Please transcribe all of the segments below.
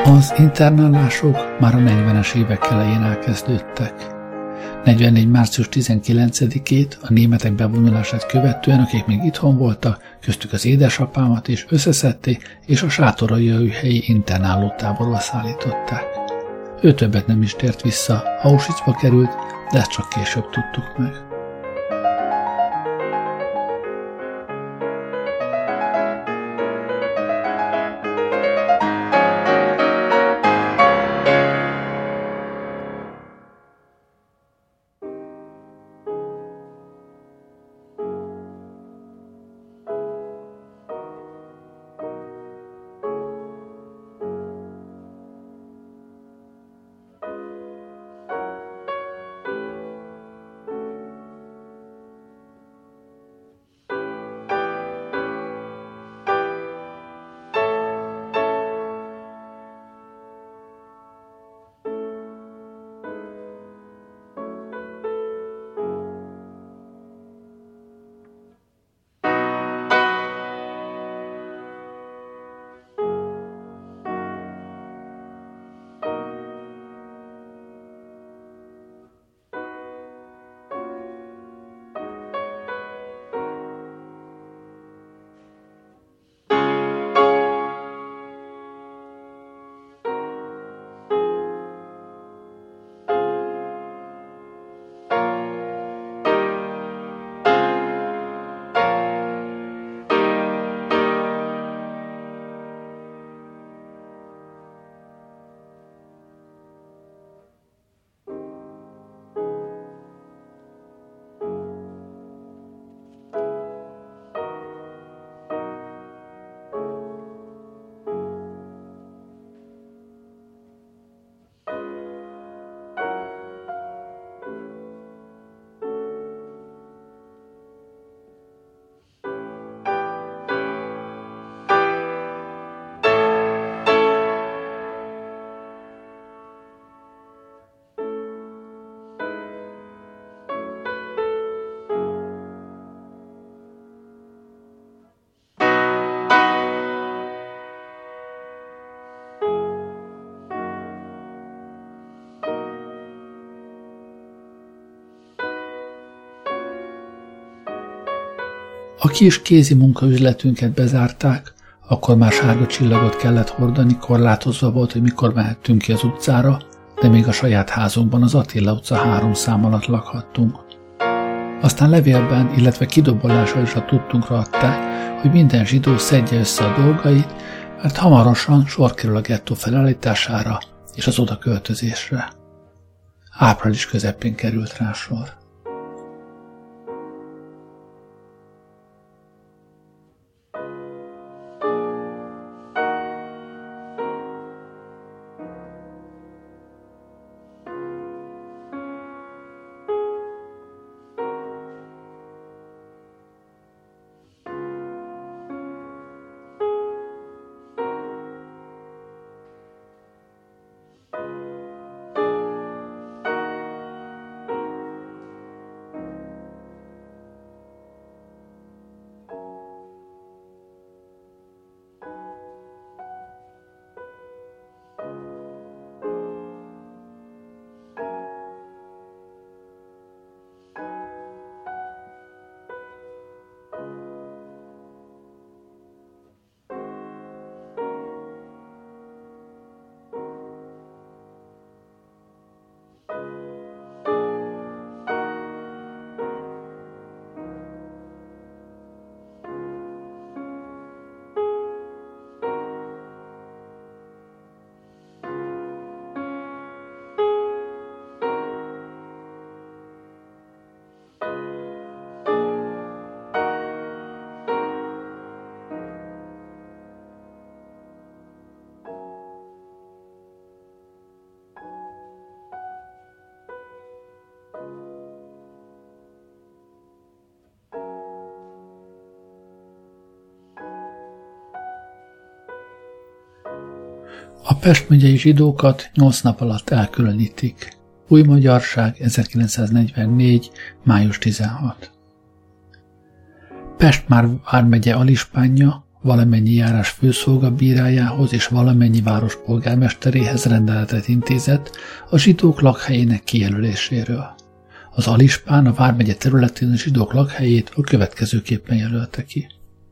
Az internálások már a 40-es évek elején elkezdődtek. 44. március 19-ét, a németek bevonulását követően, akik még itthon voltak, köztük az édesapámat is összeszedték, és a sátoraljaújhelyi internálótáborba szállították. Ő többet nem is tért vissza, Auschwitzba került, de ezt csak később tudtuk meg. A kis kézi munkaüzletünket bezárták, akkor már sárga csillagot kellett hordani, korlátozva volt, hogy mikor mehettünk ki az utcára, de még a saját házunkban, az Attila utca 3 szám alatt lakhattunk. Aztán levélben, illetve kidobolással is a tudtunkra adták, hogy minden zsidó szedje össze a dolgait, mert hamarosan sor kerül a gettó felállítására és az oda költözésre. Április közepén került rá sor. A Pest megyei zsidókat 8 nap alatt elkülönítik. Új Magyarság, 1944. május 16. Pest vármegye alispánja, valamennyi járás főszolgabírájához és valamennyi város polgármesteréhez rendeletet intézett a zsidók lakhelyének kijelöléséről. Az alispán a vármegye területén a zsidók lakhelyét a következőképpen jelölte ki.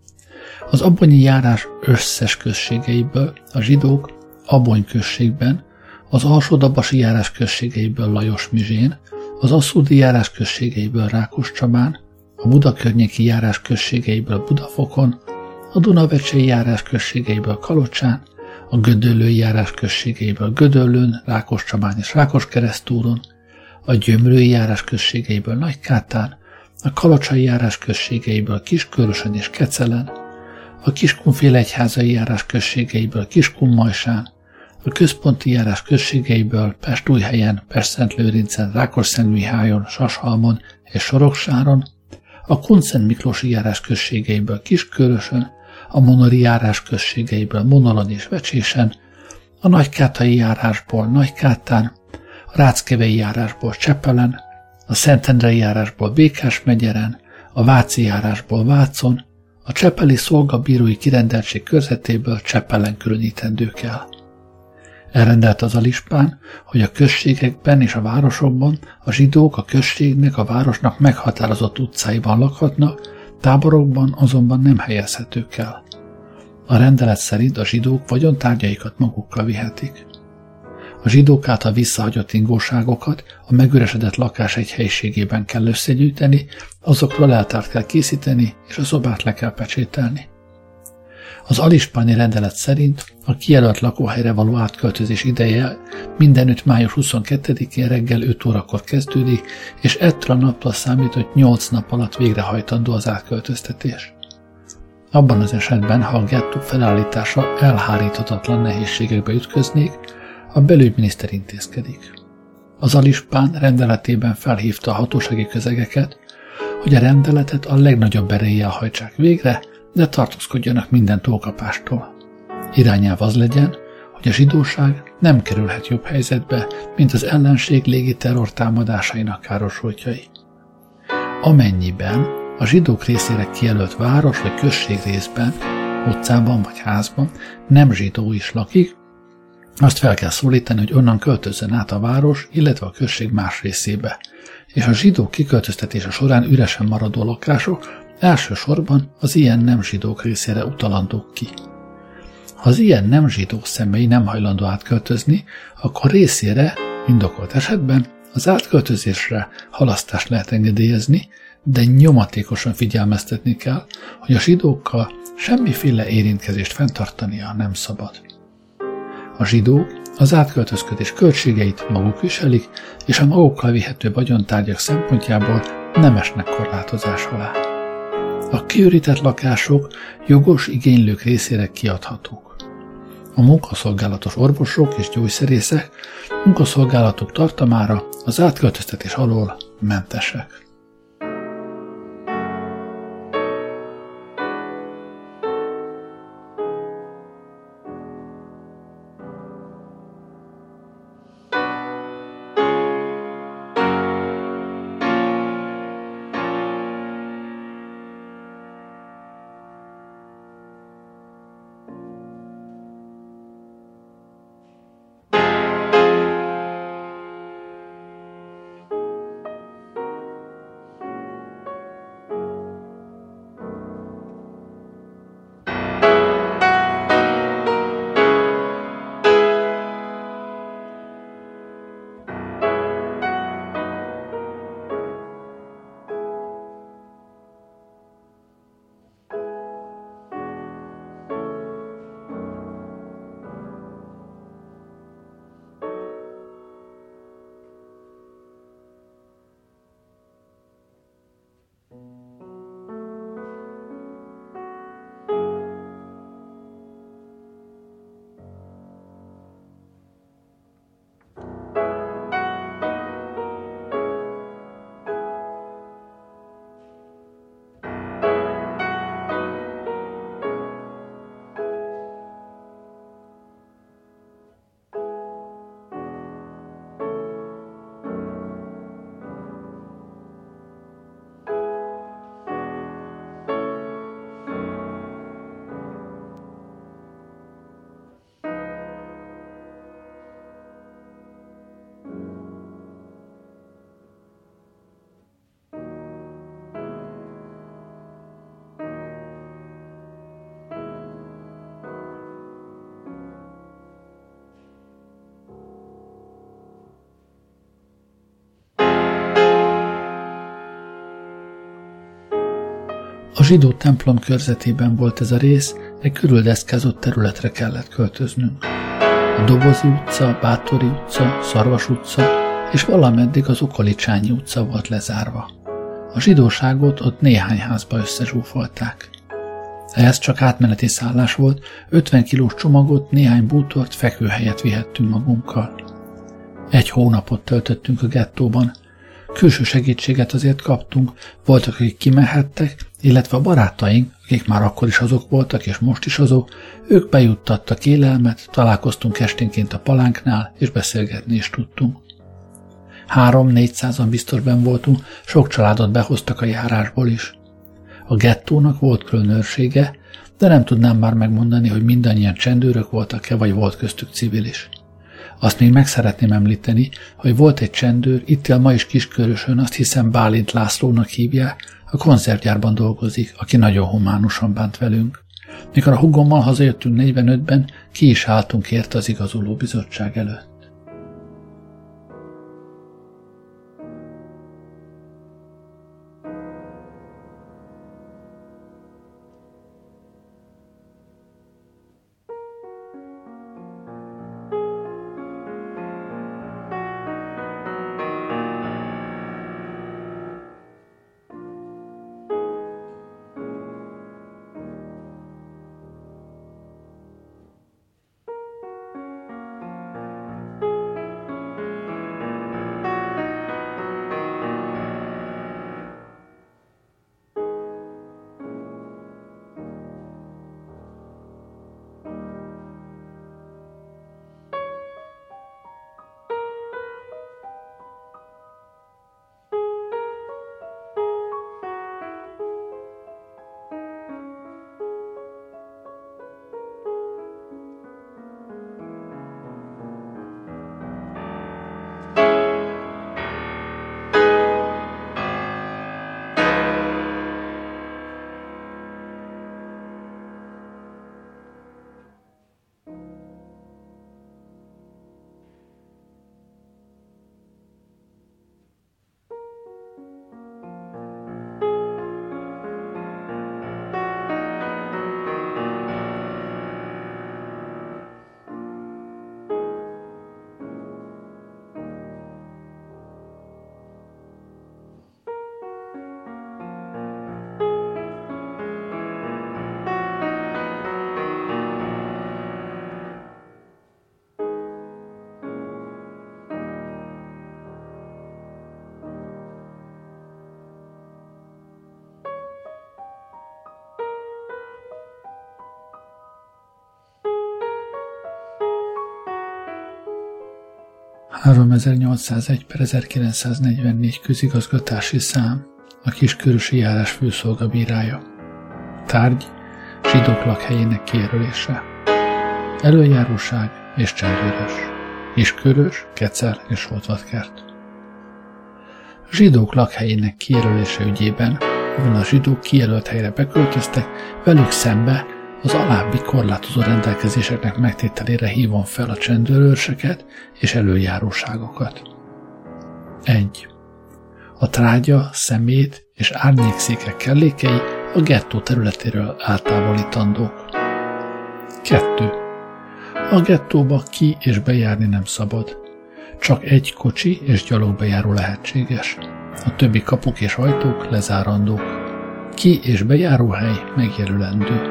Az abonyi járás összes községeiből a zsidók Abony községben, az Alsó-Dabasi járás községeiből Lajos-Mizsén, az Aszódi járás községeiből Rákoscsabán, a Budakörnyéki járás községeiből Budafokon, a Dunavecsei járás községeiből Kalocsán, a Gödöllői járás községeiből Gödöllőn, Rákoscsabán és Rákoskeresztúron, a Gyömrői járás községeiből Nagykátán, a Kalocsai járás községeiből Kiskörösön és Kecelen, a Kiskunfélegyházai járás községeiből Kiskunmajsán, a központi járás községeiből Pest-Újhelyen, Pest-Szentlőrincen, Rákosszentmihályon, Sashalmon és Soroksáron, a Kunszent Miklósi járás községeiből Kiskörösön, a Monori járás községeiből Monolon és Vecsésen, a Nagykátai járásból Nagykátán, a Ráckevei járásból Csepelen, a Szentendrei járásból Békás-megyeren, a Váci járásból Vácon, a csepeli szolgabírói kirendeltség körzetéből Csepelen különítendők el. Elrendelte az alispán, hogy a községekben és a városokban a zsidók a községnek, a városnak meghatározott utcáiban lakhatnak, táborokban azonban nem helyezhetők el. A rendelet szerint a zsidók vagyontárgyaikat magukkal vihetik. A zsidók által visszahagyott ingóságokat a megüresedett lakás egy helyiségében kell összegyűjteni, azokról leltárt kell készíteni, és a szobát le kell pecsételni. Az alispáni rendelet szerint a kijelölt lakóhelyre való átköltözés ideje mindenütt május 22-én reggel 5 órakor kezdődik, és ettől a naptól számított 8 nap alatt végrehajtandó az átköltöztetés. Abban az esetben, ha a gettó felállítása elháríthatatlan nehézségekbe ütköznék, a belügyminiszter intézkedik. Az alispán rendeletében felhívta a hatósági közegeket, hogy a rendeletet a legnagyobb erejjel hajtsák végre, de tartózkodjanak minden túlkapástól. Irányelv az legyen, hogy a zsidóság nem kerülhet jobb helyzetbe, mint az ellenség légi terror támadásainak károsultjai. Amennyiben a zsidók részére kijelölt város vagy község részben, utcában vagy házban nem zsidó is lakik, azt fel kell szólítani, hogy onnan költözzön át a város, illetve a község más részébe, és a zsidók kiköltöztetése során üresen maradó lakások elsősorban az ilyen nem zsidók részére utalandók ki. Ha az ilyen nem zsidó személy nem hajlandó átköltözni, akkor részére, indokolt esetben, az átköltözésre halasztást lehet engedélyezni, de nyomatékosan figyelmeztetni kell, hogy a zsidókkal semmiféle érintkezést fenntartania nem szabad. A zsidók az átköltözködés költségeit maguk viselik, és a magukkal vihető vagyontárgyak szempontjából nem esnek korlátozás alá. A kiürített lakások jogos igénylők részére kiadhatók. A munkaszolgálatos orvosok és gyógyszerészek munkaszolgálatuk tartamára az átköltöztetés alól mentesek. A zsidó templom körzetében volt ez a rész, egy körüldeszkázott területre kellett költöznünk. A Dobozi utca, Bátori utca, Szarvas utca és valameddig az Okolicsányi utca volt lezárva. A zsidóságot ott néhány házba összezsúfolták. Ehhez csak átmeneti szállás volt, 50 kilós csomagot, néhány bútort, fekvőhelyet vihettünk magunkkal. 1 hónapot töltöttünk a gettóban. Külső segítséget azért kaptunk, voltak, akik kimehettek, illetve a barátaink, akik már akkor is azok voltak, és most is azok, ők bejuttattak élelmet, találkoztunk esténként a palánknál, és beszélgetni is tudtunk. 300-400-an biztos benn voltunk, sok családot behoztak a járásból is. A gettónak volt külön őrsége, de nem tudnám már megmondani, hogy mindannyian csendőrök voltak-e, vagy volt köztük civil is. Azt még meg szeretném említeni, hogy volt egy csendőr, itt él ma is Kiskörösön, azt hiszem Bálint Lászlónak hívják, a konzervgyárban dolgozik, aki nagyon humánusan bánt velünk. Mikor a húgommal hazajöttünk 45-ben, ki is álltunk érte az igazoló bizottság előtt. – 3801/1944 közigazgatási szám, a Kiskörösi járás főszolgabírája. Tárgy: zsidók lakhelyének kijelölése. Elöljáróság és csendőrös. Kiskörös, Kecel és Soltvatkert. Zsidók lakhelyének kijelölése ügyében, mivel a zsidók kijelölt helyre beköltöztek, velük szembe az alábbi korlátozó rendelkezéseknek megtételére hívom fel a csendőrőrseket és elöljáróságokat. 1. A trágya, szemét és árnyékszékek kellékei a gettó területéről eltávolítandók. 2. A gettóba ki- és bejárni nem szabad. Csak egy kocsi és gyalogbejáró lehetséges. A többi kapuk és ajtók lezárandók. Ki- és bejáróhely megjelölendő.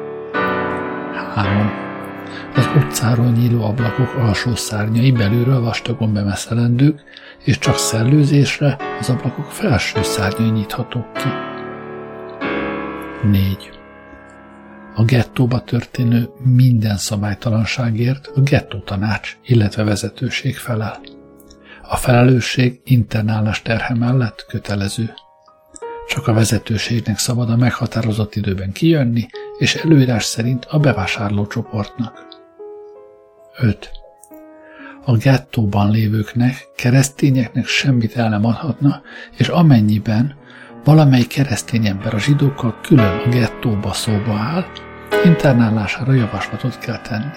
3. Az utcáról nyíló ablakok alsó szárnyai belülről vastagon bemeszelendők, és csak szellőzésre az ablakok felső szárnyai nyithatók ki. 4. A gettóba történő minden szabálytalanságért a gettótanács, illetve vezetőség felel. A felelősség internálás terhe mellett kötelező. Csak a vezetőségnek szabad a meghatározott időben kijönni, és előírás szerint a bevásárlócsoportnak. 5. A gettóban lévőknek, keresztényeknek semmit el nem adhatna, és amennyiben valamely keresztény ember a zsidókkal külön a gettóba szóba áll, internálására javaslatot kell tenni.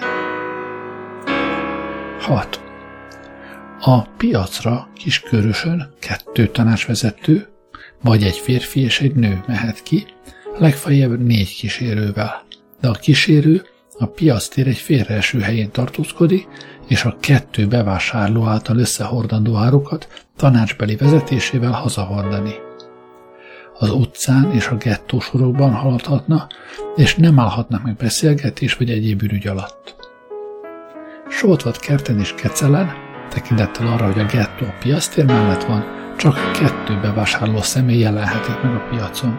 6. A piacra Kiskörösön 2 tanácsvezető, vagy egy férfi és egy nő mehet ki, legfeljebb 4 kísérővel, de a kísérő a piactér egy félreeső helyén tartózkodik, és a 2 bevásárló által összehordandó árukat tanácsbeli vezetésével hazahordani. Az utcán és a gettósorokban haladhatna, és nem állhatnak meg beszélgetés vagy egyéb ürügy alatt. Soltvat-kerten és Kecelen, tekintettel arra, hogy a gettó a piactér mellett van, csak 2 bevásárló személy jelenhetik meg a piacon.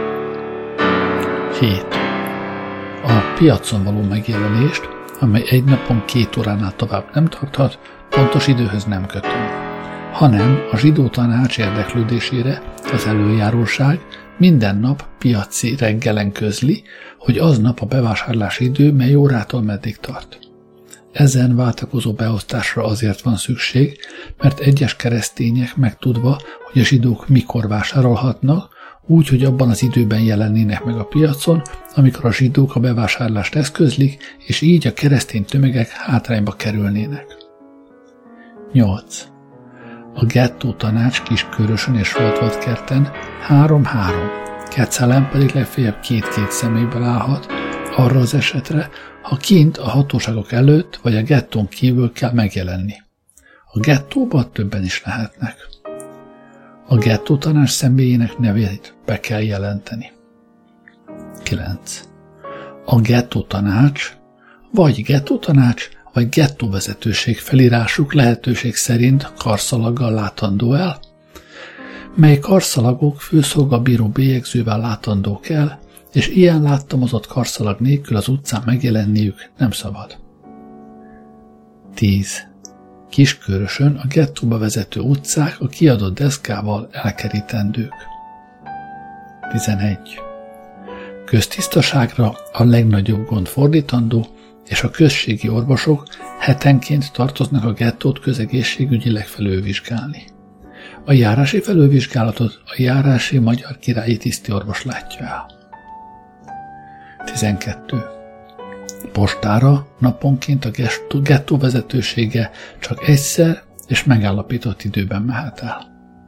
7. A piacon való megjelenést, amely egy napon 2 óránál tovább nem tarthat, pontos időhöz nem kötünk, hanem a zsidó tanács érdeklődésére az előjáróság minden nap piaci reggelen közli, hogy aznap a bevásárlási idő mely órától meddig tart. Ezen váltakozó beosztásra azért van szükség, mert egyes keresztények megtudva, hogy a zsidók mikor vásárolhatnak, úgy, hogy abban az időben jelennének meg a piacon, amikor a zsidók a bevásárlást eszközlik, és így a keresztény tömegek hátrányba kerülnének. 8. A gettó tanács Kiskörösön és Soltvat-kerten 3-3, Kecelen pedig legfeljebb 2-2 személyből állhat, arra az esetre, ha kint a hatóságok előtt vagy a gettón kívül kell megjelenni. A gettóban többen is lehetnek. A gettó tanács személyének nevét be kell jelenteni. 9. A gettó tanács vagy gettóvezetőség felírásuk lehetőség szerint karszalaggal látandó el, mely karszalagok főszolgabíró bélyegzővel látandók el, és ilyen láttamozott karszalag nélkül az utcán megjelenniük nem szabad. 10. Kiskörösön a gettóba vezető utcák a kiadott deszkával elkerítendők. 11. Köztisztaságra a legnagyobb gond fordítandó, és a községi orvosok hetenként tartoznak a gettót közegészségügyileg felülvizsgálni. A járási felülvizsgálatot a járási magyar királyi tisztiorvos látja el. 12. Postára naponként a gettó vezetősége csak egyszer és megállapított időben mehet el.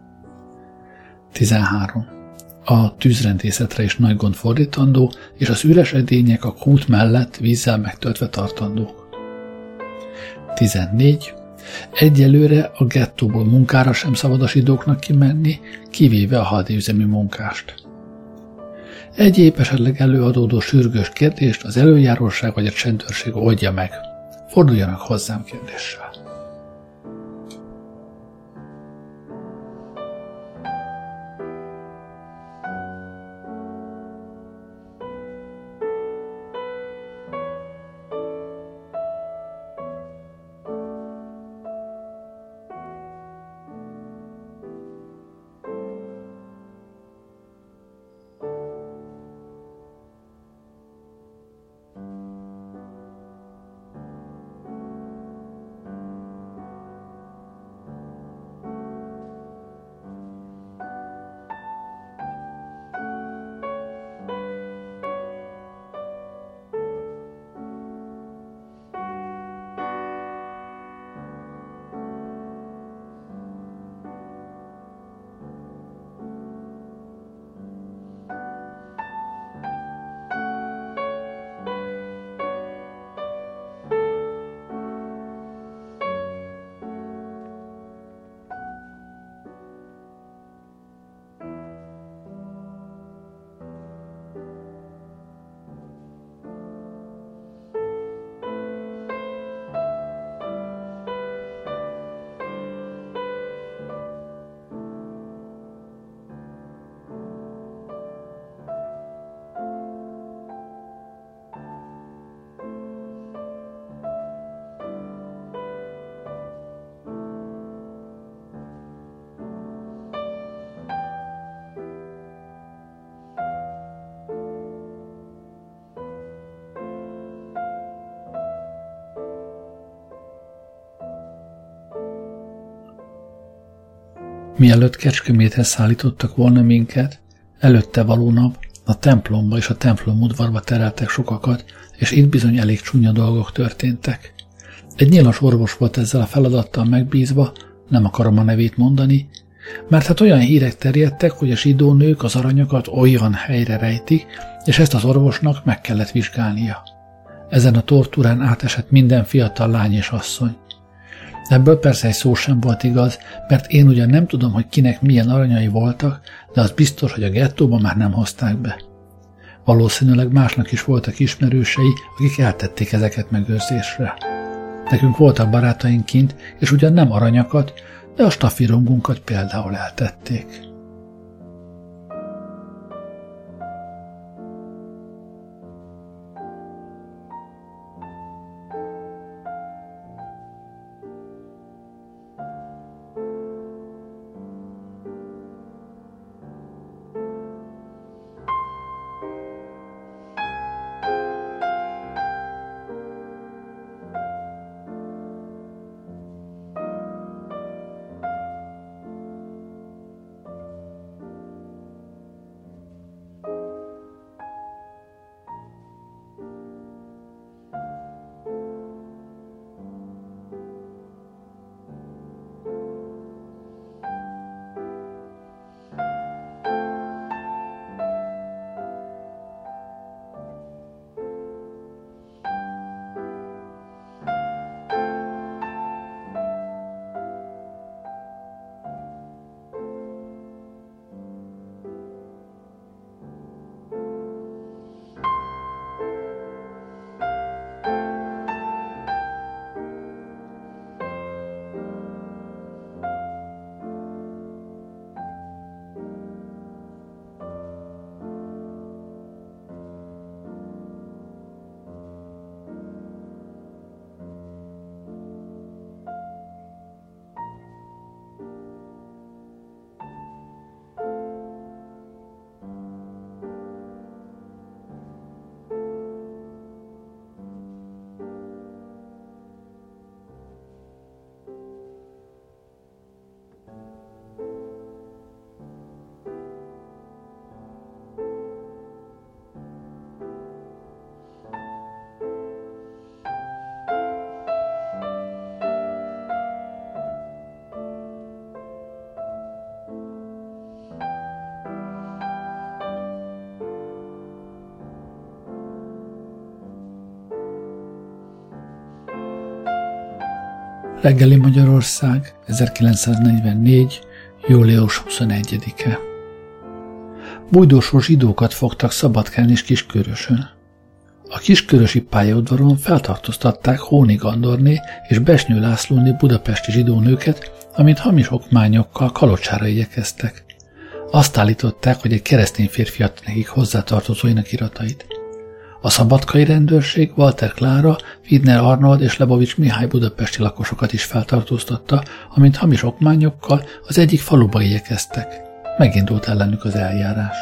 13. A tűzrendészetre is nagy gond fordítandó, és az üres edények a kút mellett vízzel megtöltve tartandók. 14. Egyelőre a gettóból munkára sem szabad a zsidóknak kimenni, kivéve a hadiüzemi munkást. Egyéb esetleg előadódó sürgős kérdést az előjáróság vagy a csendőrség oldja meg. Forduljanak hozzám kérdéssel. Mielőtt Kecskeméthez szállítottak volna minket, előtte való nap a templomba és a templom udvarba tereltek sokakat, és itt bizony elég csúnya dolgok történtek. Egy nyilas orvos volt ezzel a feladattal megbízva, nem akarom a nevét mondani, Mert hát olyan hírek terjedtek, hogy a zsidó nők az aranyakat olyan helyre rejtik, és ezt az orvosnak meg kellett vizsgálnia. Ezen a tortúrán átesett minden fiatal lány és asszony. Ebből persze egy szó sem volt igaz, mert én ugyan nem tudom, hogy kinek milyen aranyai voltak, de az biztos, hogy a gettóba már nem hozták be. Valószínűleg másnak is voltak ismerősei, akik eltették ezeket megőrzésre. Nekünk voltak barátaink kint, és ugyan nem aranyakat, de a stafiromgunkat például eltették. Reggeli Magyarország, 1944. július 21-e. Bújdosó zsidókat fogtak Szabadkán és Kiskörösön. A kiskörösi pályaudvaron feltartóztatták Hónig Andorné és Besnyő Lászlóné budapesti zsidó nőket, amint hamis okmányokkal kalocsára igyekeztek. Azt állították, hogy egy keresztény férfi adta nekik hozzátartozóinak iratait. A szabadkai rendőrség Walter Klára, Widner Arnold és Lebovics Mihály budapesti lakosokat is feltartóztatta, amint hamis okmányokkal az egyik faluba igyekeztek. Megindult ellenük az eljárás.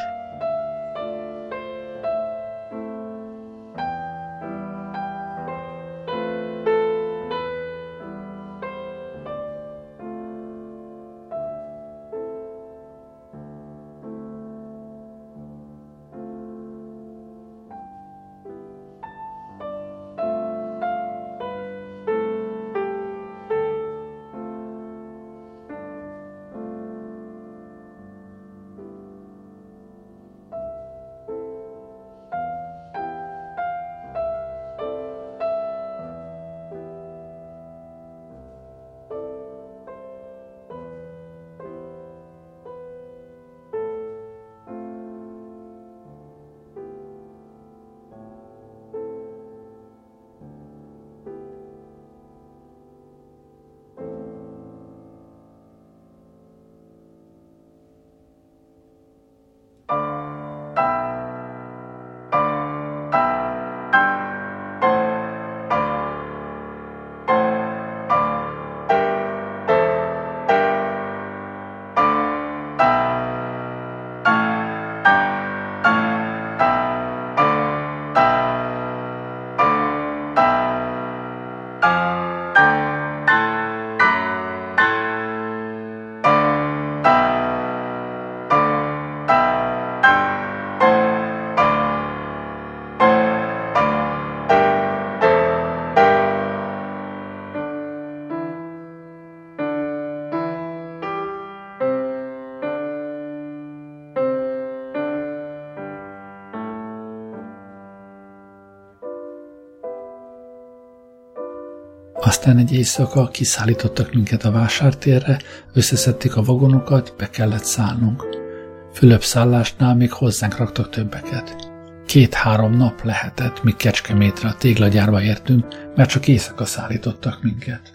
Aztán egy éjszaka kiszállítottak minket a vásártérre, összeszedték a vagonokat, be kellett szállnunk. Fülöp-szállásnál még hozzánk raktak többeket. 2-3 nap lehetett, míg Kecskemétre a téglagyárba értünk, mert csak éjszaka szállítottak minket.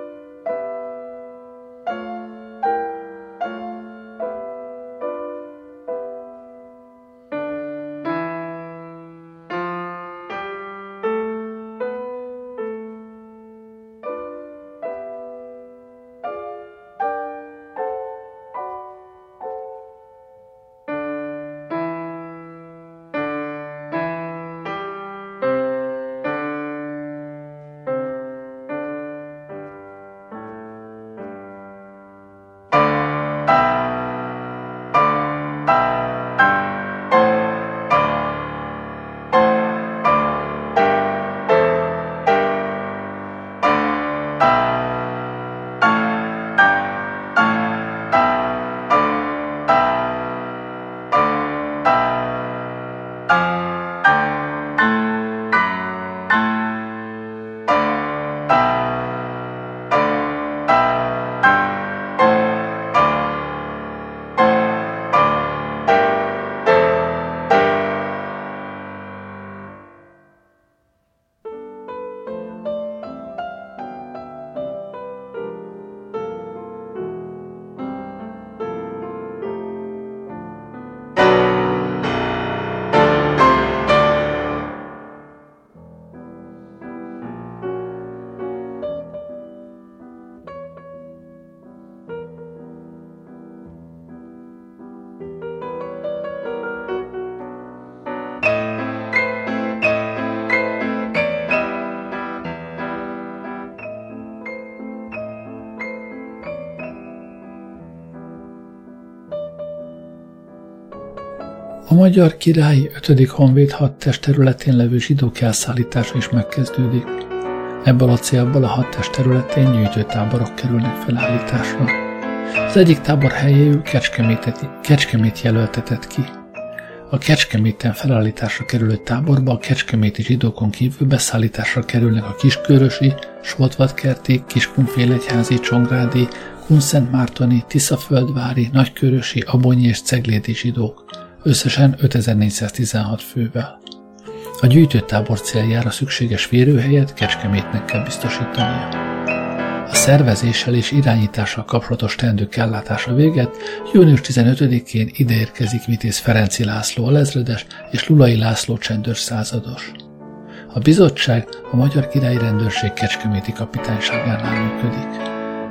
A Magyar Királyi 5. Honvéd hadtest területén levő zsidók elszállítása is megkezdődik. Ebből a célból a hadtest területén gyűjtőtáborok kerülnek felállításra. Az egyik tábor helyéül Kecskemét jelöltetett ki. A Kecskeméten felállításra kerülő táborba a kecskeméti zsidókon kívül beszállításra kerülnek a kiskörösi, Soltvatkerti, Kiskunfélegyházi, Csongrádi, Kunszentmártoni, Tiszaföldvári, Nagykörösi, Abonyi és Ceglédi zsidók, összesen 5416 fővel. A gyűjtőtábor céljára szükséges vérőhelyet Kecskemétnek kell biztosítania. A szervezéssel és irányítással kapcsolatos teendők ellátása véget június 15-én ideérkezik Vitéz Ferenci László alezredes és Lulai László csendőr százados. A bizottság a Magyar Királyi Rendőrség kecskeméti kapitányságánál működik.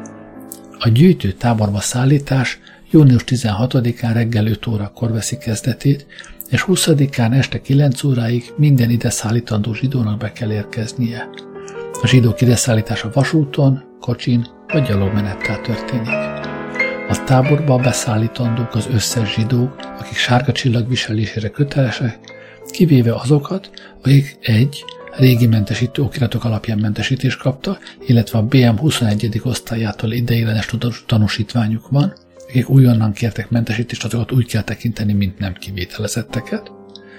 A gyűjtőtáborba szállítás június 16-án reggel 5 órakor veszi kezdetét, és 20-án este 9 óráig minden ide szállítandó zsidónak be kell érkeznie. A zsidók ideszállítása vasúton, kocsin vagy gyalogmenettel történik. A táborba beszállítandók az összes zsidók, akik sárga csillag viselésére kötelesek, kivéve azokat, akik régi mentesítő okiratok alapján mentesítést kaptak, illetve a BM 21. osztályától ideiglenes tanúsítványuk van, akik újonnan kértek mentesítést, azokat úgy kell tekinteni, mint nem kivételezetteket.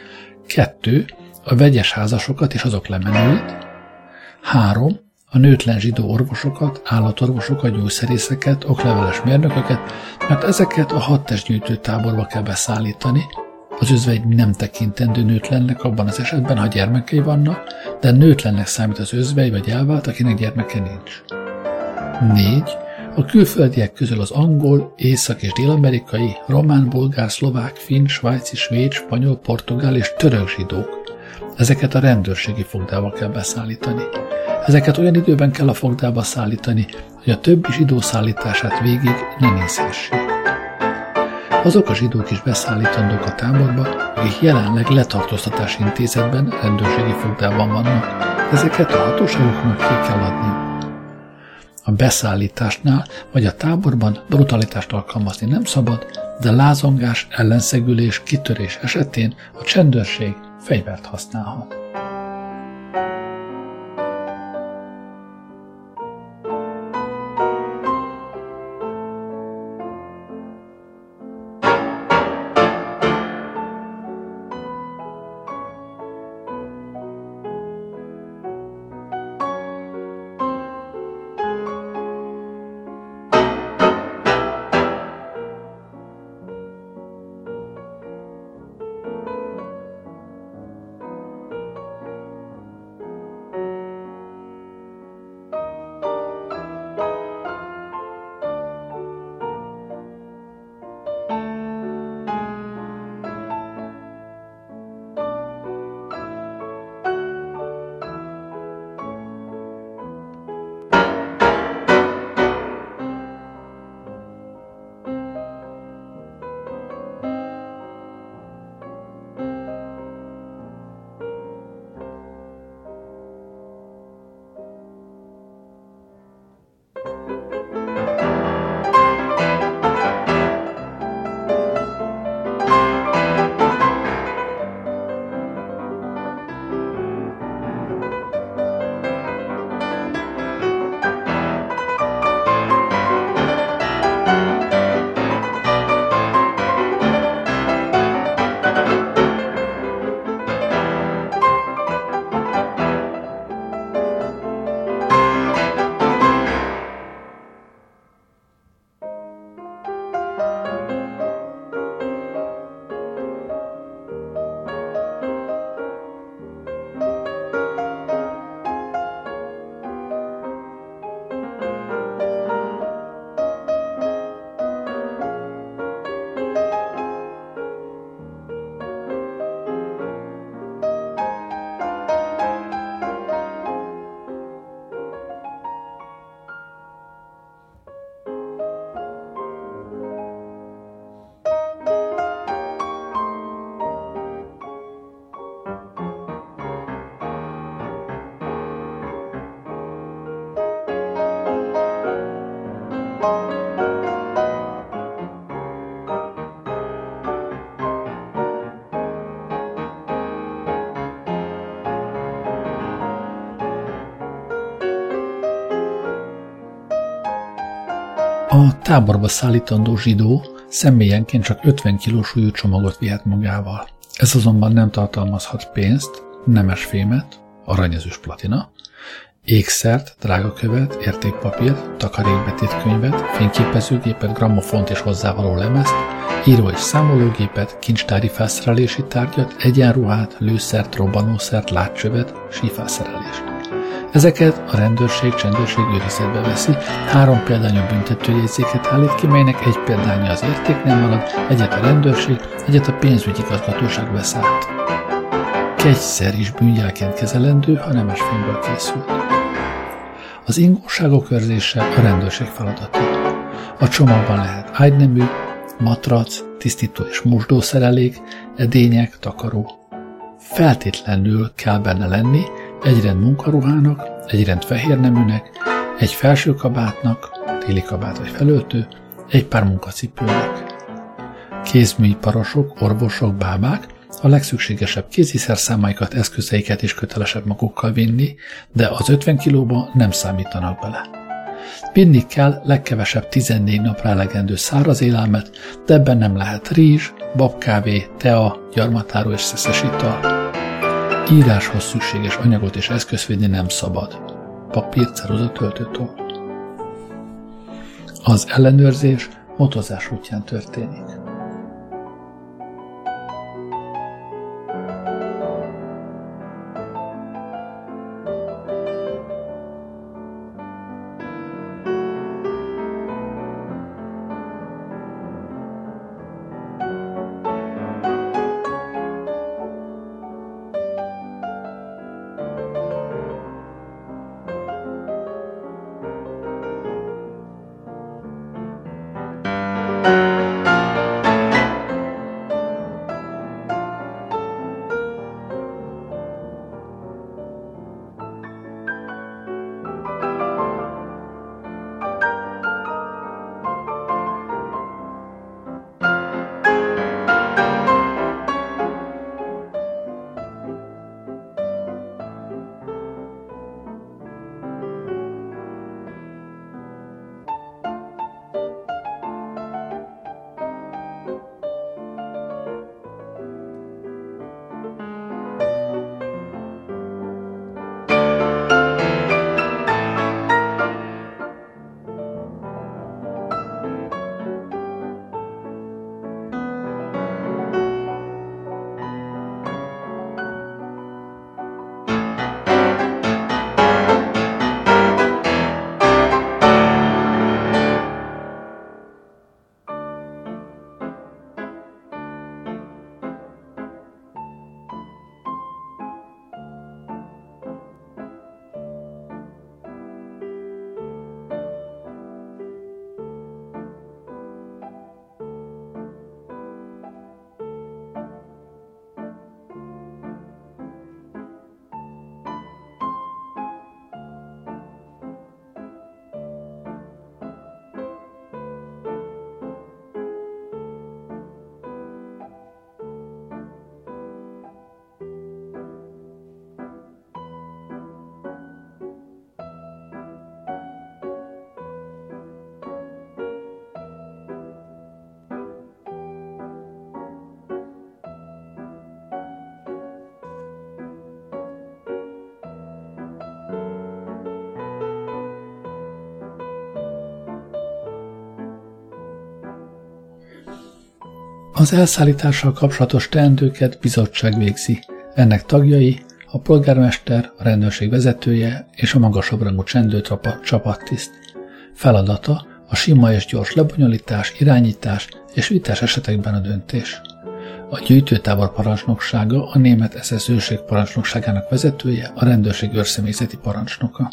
2. A vegyes házasokat és azok lemenőit. 3. A nőtlen zsidó orvosokat, állatorvosokat, gyógyszerészeket, okleveles mérnököket, mert ezeket a hadtestgyűjtő táborba kell beszállítani. Az özvegy nem tekintendő nőtlennek abban az esetben, ha gyermekei vannak, de nőtlennek számít az özvegy vagy elvált, akinek gyermeke nincs. 4. A külföldiek közül az angol, észak- és dél-amerikai, román, bolgár, szlovák, finn, svájci, svéd, spanyol, portugál és török zsidók. Ezeket a rendőrségi fogdába kell beszállítani. Ezeket olyan időben kell a fogdába szállítani, hogy a többi zsidó szállítását végig ne nézhessék. Azok a zsidók is beszállítandók a táborba, akik jelenleg letartóztatási intézetben, rendőrségi fogdában vannak. Ezeket a hatóságoknak ki kell adniuk. A beszállításnál vagy a táborban brutalitást alkalmazni nem szabad, de lázongás, ellenszegülés, kitörés esetén a csendőrség fegyvert használhat. A táborba szállítandó zsidó személyenként csak 50 kg súlyú csomagot vihet magával. Ez azonban nem tartalmazhat pénzt, nemesfémet, arany-ezüst platina, ékszert, drágakövet, értékpapírt, takarékbetétkönyvet, fényképezőgépet, grammofont és hozzávaló lemezt, író- és számológépet, kincstári felszerelési tárgyat, egyenruhát, lőszert, robbanószert, látcsövet, sífelszerelést. Ezeket a rendőrség, csendőrség őrizetbe veszi, 3 példányú büntetőjegyzéket állít ki, melynek egy példánya az értéknél marad, egyet a rendőrség, egyet a pénzügyi igazgatóság vesz át. Kegyszer is bűnjelként kezelendő, ha nemesfémből készült. Az ingóságok őrzése a rendőrség feladata. A csomagban lehet ágynemű, matrac, tisztító és mosdószerelék, edények, takaró. Feltétlenül kell benne lenni egy rend munkaruhának, egy rend fehérneműnek, egy felső kabátnak, téli kabát vagy felöltő, egy pár munkacipőnek. Kézműiparosok, orvosok, bábák a legszükségesebb kéziszerszámaikat, eszközeiket is kötelesebb magukkal vinni, de az 50 kilóba nem számítanak bele. Vinni kell legkevesebb 14 napra elegendő száraz élelmet, de ebben nem lehet rizs, babkávé, tea, gyarmatáró és szeszes ital. Íráshoz szükséges anyagot és eszközt vinni nem szabad. Papír, ceruza, töltőtoll. Az ellenőrzés motozás útján történik. Az elszállítással kapcsolatos teendőket bizottság végzi. Ennek tagjai a polgármester, a rendőrség vezetője és a magasabb-rangú csapattiszt. Feladata a sima és gyors lebonyolítás, irányítás és vitás esetekben a döntés. A gyűjtőtábor parancsnoksága a német SS őrség parancsnokságának vezetője, a rendőrség őrszemélyzeti parancsnoka.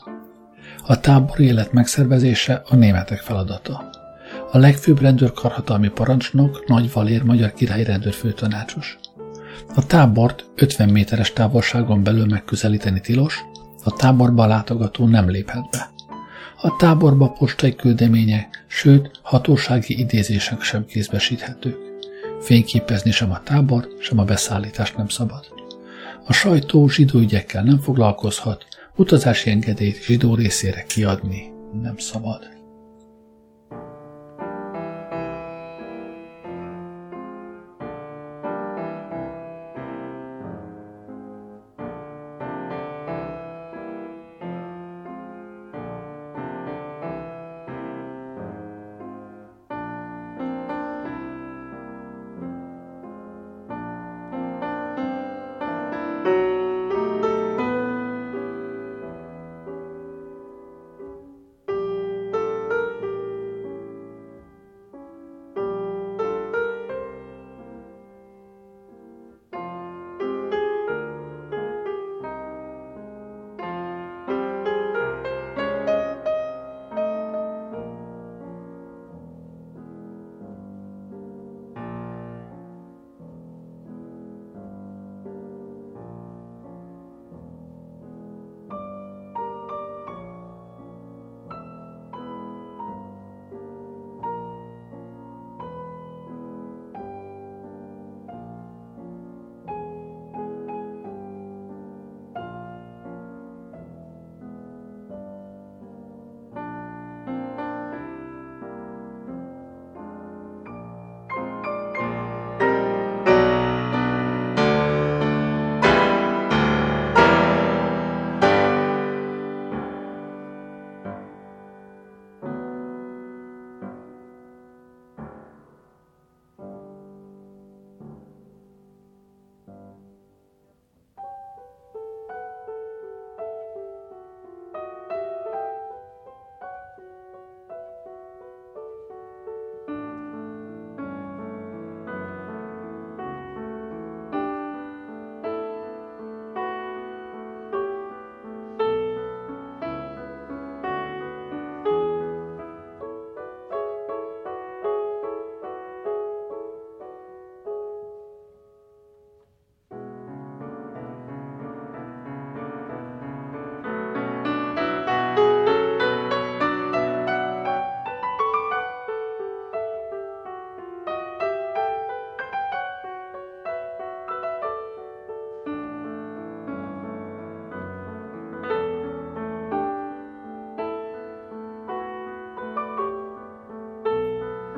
A tábori élet megszervezése a németek feladata. A legfőbb rendőrkarhatalmi parancsnok Nagy Valér magyar királyi rendőrfőtanácsos. A tábort 50 méteres távolságon belül megközelíteni tilos, a táborba látogató nem léphet be. A táborba postai küldemények, sőt hatósági idézések sem kézbesíthetők. Fényképezni sem a tábort, sem a beszállítást nem szabad. A sajtó zsidó ügyekkel nem foglalkozhat, utazási engedélyt zsidó részére kiadni nem szabad.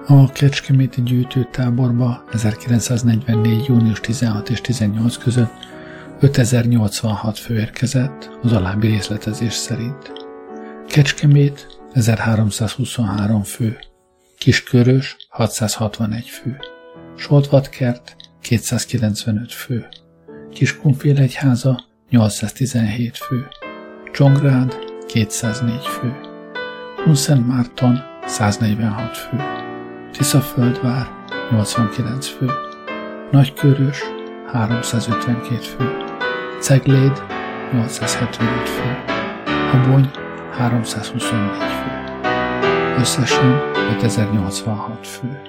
A kecskeméti gyűjtőtáborba 1944. június 16 és 18 között 5086 fő érkezett az alábbi részletezés szerint. Kecskemét 1323 fő, Kiskörös 661 fő, Soltvatkert 295 fő, Kiskunfélegyháza 817 fő, Csongrád 204 fő, Kunszentmárton 146 fő, Tiszaföldvár 89 fő, Nagykörös 352 fő, Cegléd 875 fő, Abony 324 fő, összesen 5086 fő.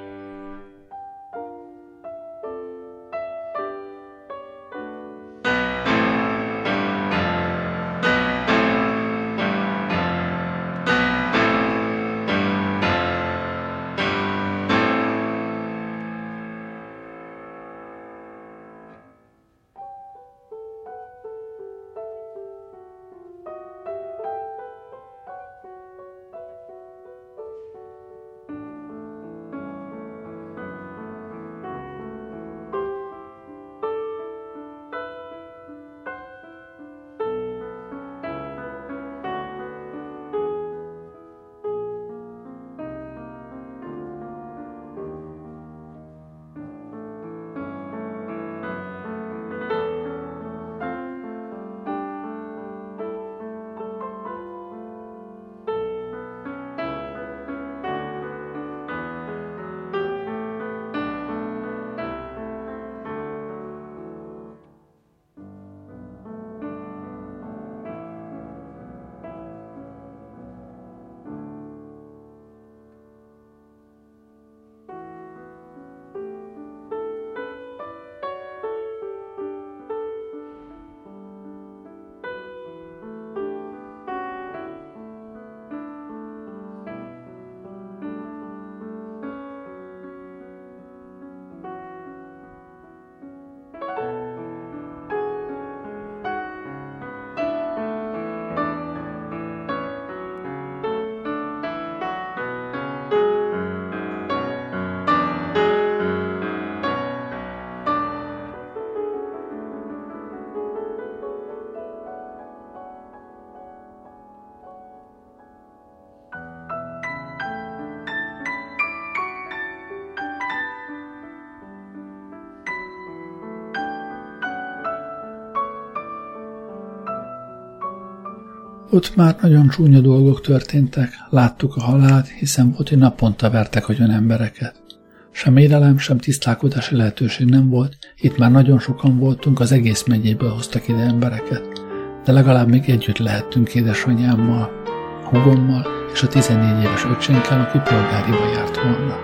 Ott már nagyon csúnya dolgok történtek, láttuk a halált, hiszen volt, hogy naponta vertek olyan embereket. Sem érelem, sem tisztálkodási lehetőség nem volt, itt már nagyon sokan voltunk, az egész megyéből hoztak ide embereket. De legalább még együtt lehettünk édesanyámmal, húgommal és a 14 éves öcsénkkel, aki polgáriba járt volna.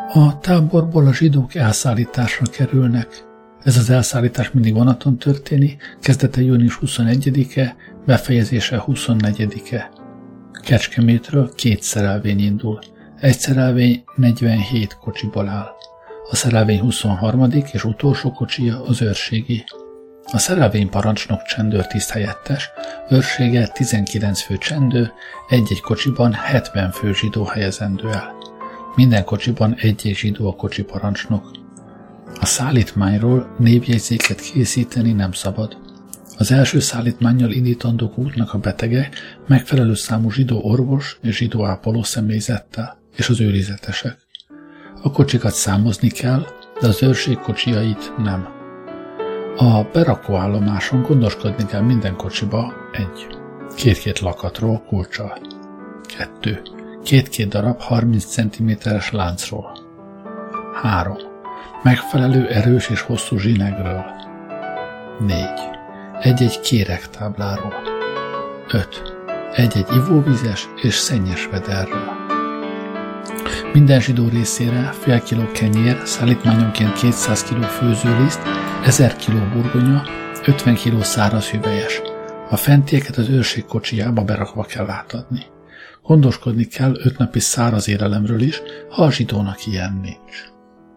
A táborból a zsidók elszállításra kerülnek. Ez az elszállítás mindig vonaton történik, kezdete június 21-e, befejezése 24-e. Kecskemétről 2 szerelvény indul. Egy szerelvény 47 kocsiból áll. A szerelvény 23. és utolsó kocsija az őrségi. A szerelvény parancsnok csendőrtiszt helyettes, őrsége 19 fő csendőr, egy-egy kocsiban 70 fő zsidó helyezendő el. Minden kocsiban egy-egy zsidó a kocsi parancsnok. A szállítmányról névjegyzéket készíteni nem szabad. Az első szállítmánnyal indítandók útnak a betegek megfelelő számú zsidó orvos és zsidó ápoló személyzettel, és az őrizetesek. A kocsikat számozni kell, de az őrség kocsijait nem. A berakóállomáson gondoskodni kell minden kocsiba 1. 2 lakatról kulccsal. 2. 2 darab 30 cm-es láncról. 3. Megfelelő erős és hosszú zsinegről. 4. Egy-egy kéregtábláról. 5. Egy-egy ivóvizes és szennyes vederről. Minden zsidó részére fél kiló kenyér, szállítmányonként 200 kg főzőliszt, 1000 kg burgonya, 50 kg száraz hüvelyes. A fentieket az őrség kocsijába berakva kell átadni. Gondoskodni kell 5 napi száraz élelemről is, ha a zsidónak ilyen nincs.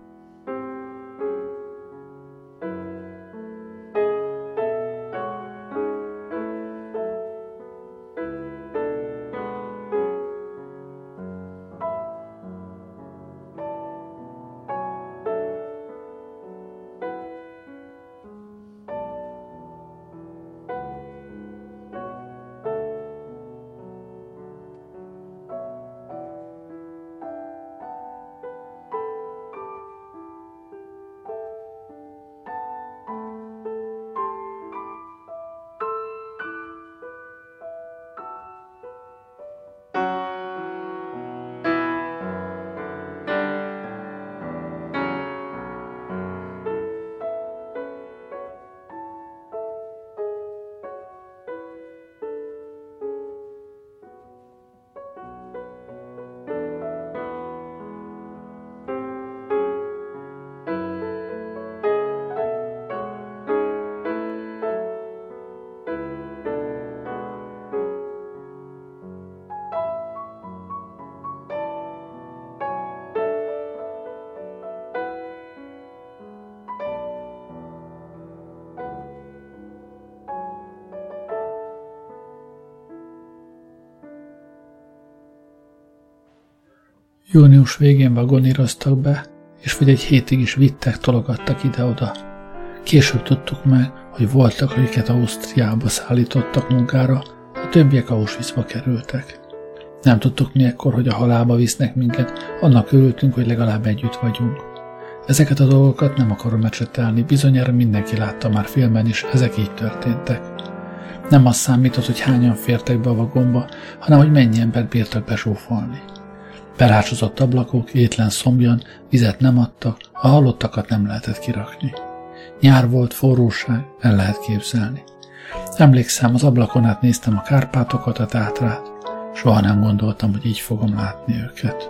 Június végén vagoníroztak be, és vagy egy hétig is vittek, tologattak ide-oda. Később tudtuk meg, hogy voltak, akiket Ausztriába szállítottak munkára, a többiek Auschwitzba kerültek. Nem tudtuk mi ekkor, hogy a halálba visznek minket, annak örültünk, hogy legalább együtt vagyunk. Ezeket a dolgokat nem akarom ecsetelni, bizonyára mindenki látta már filmben is, ezek így történtek. Nem az számított, hogy hányan fértek be a vagomba, hanem hogy mennyi embert bírtak besúfolni. Belácsozott ablakok, étlen szomjan, vizet nem adtak, a halottakat nem lehetett kirakni. Nyár volt, forróság, el lehet képzelni. Emlékszem, az ablakon át néztem a Kárpátokat, a Tátrát. Soha nem gondoltam, hogy így fogom látni őket.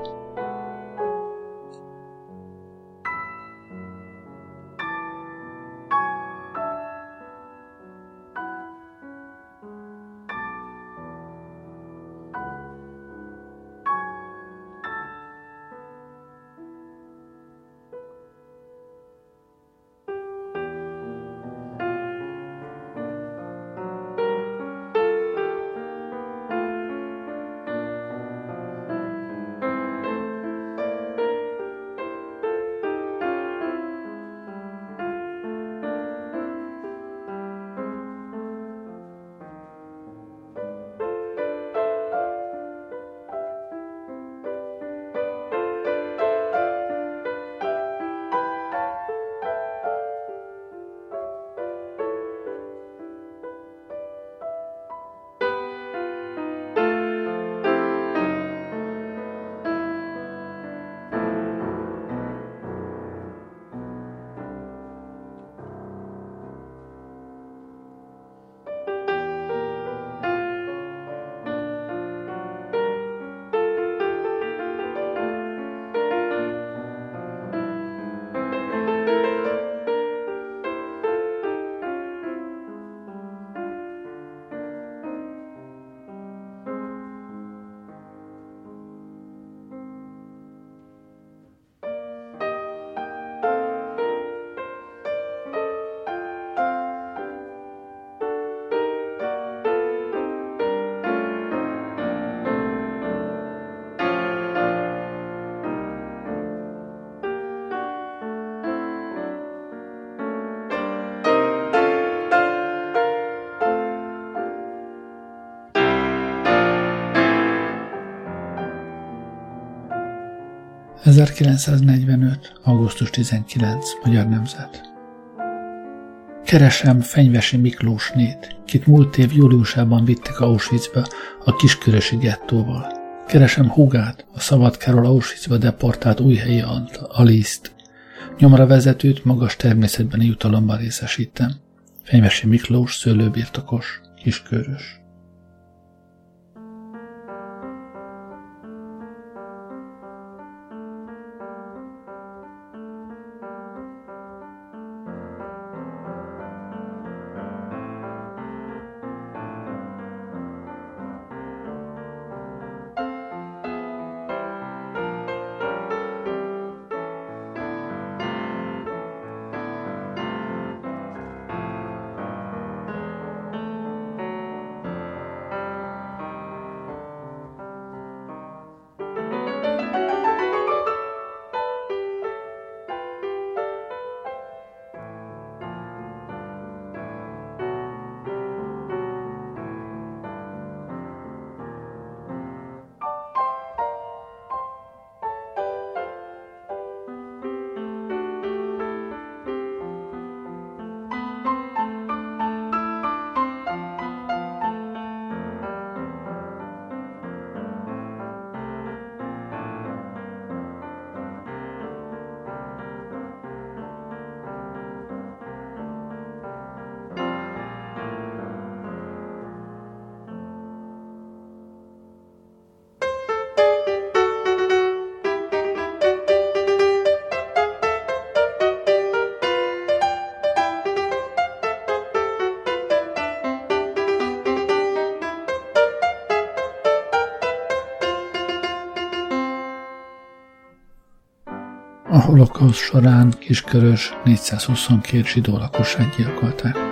1945. augusztus 19. Magyar Nemzet. Keresem Fenyvesi Miklósnét, kit múlt év júliusában vittek Auschwitzba a Kiskörösi gettóval. Keresem húgát, a Szabadkáról Auschwitzba deportált újhelyi Aliszt. Nyomra vezetőt magas természetbeni jutalomban részesítem. Fenyvesi Miklós, szőlőbirtokos, Kiskörös. A holokauszt során Kiskörös 422 zsidó lakosát gyilkolták meg.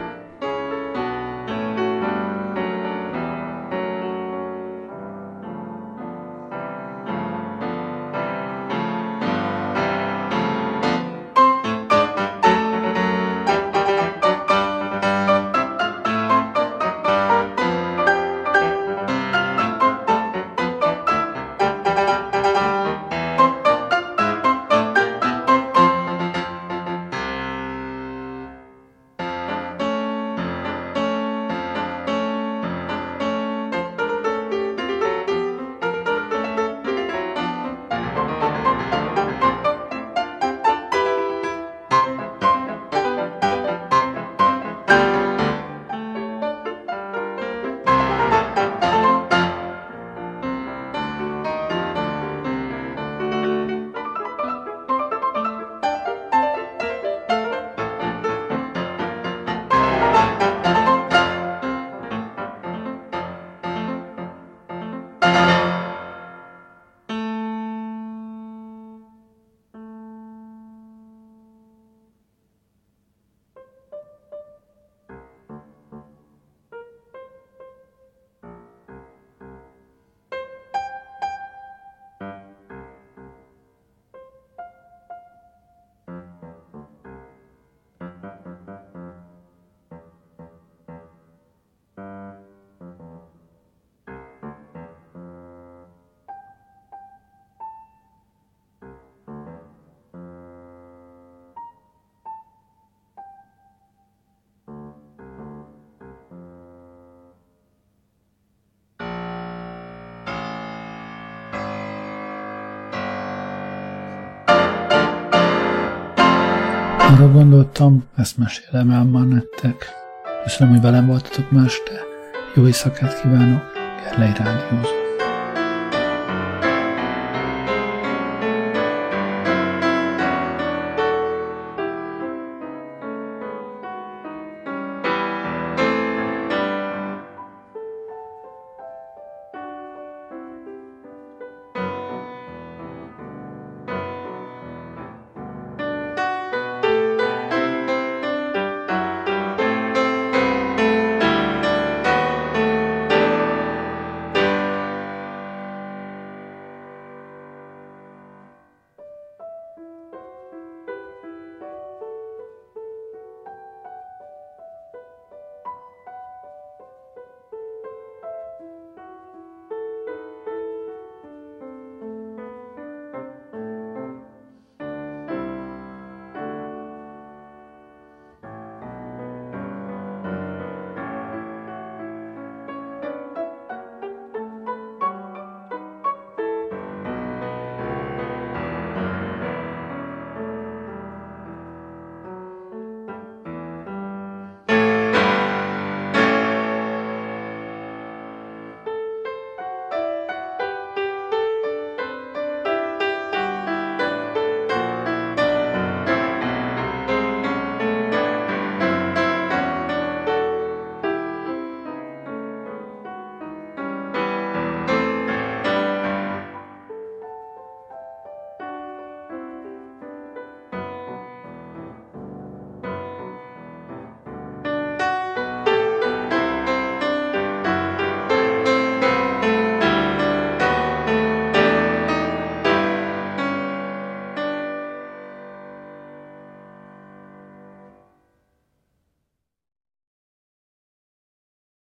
Arra gondoltam, ezt mesélem el már nektek. Köszönöm, hogy velem voltatok ma este. Jó éjszakát kívánok, Gerlei Rádiózó.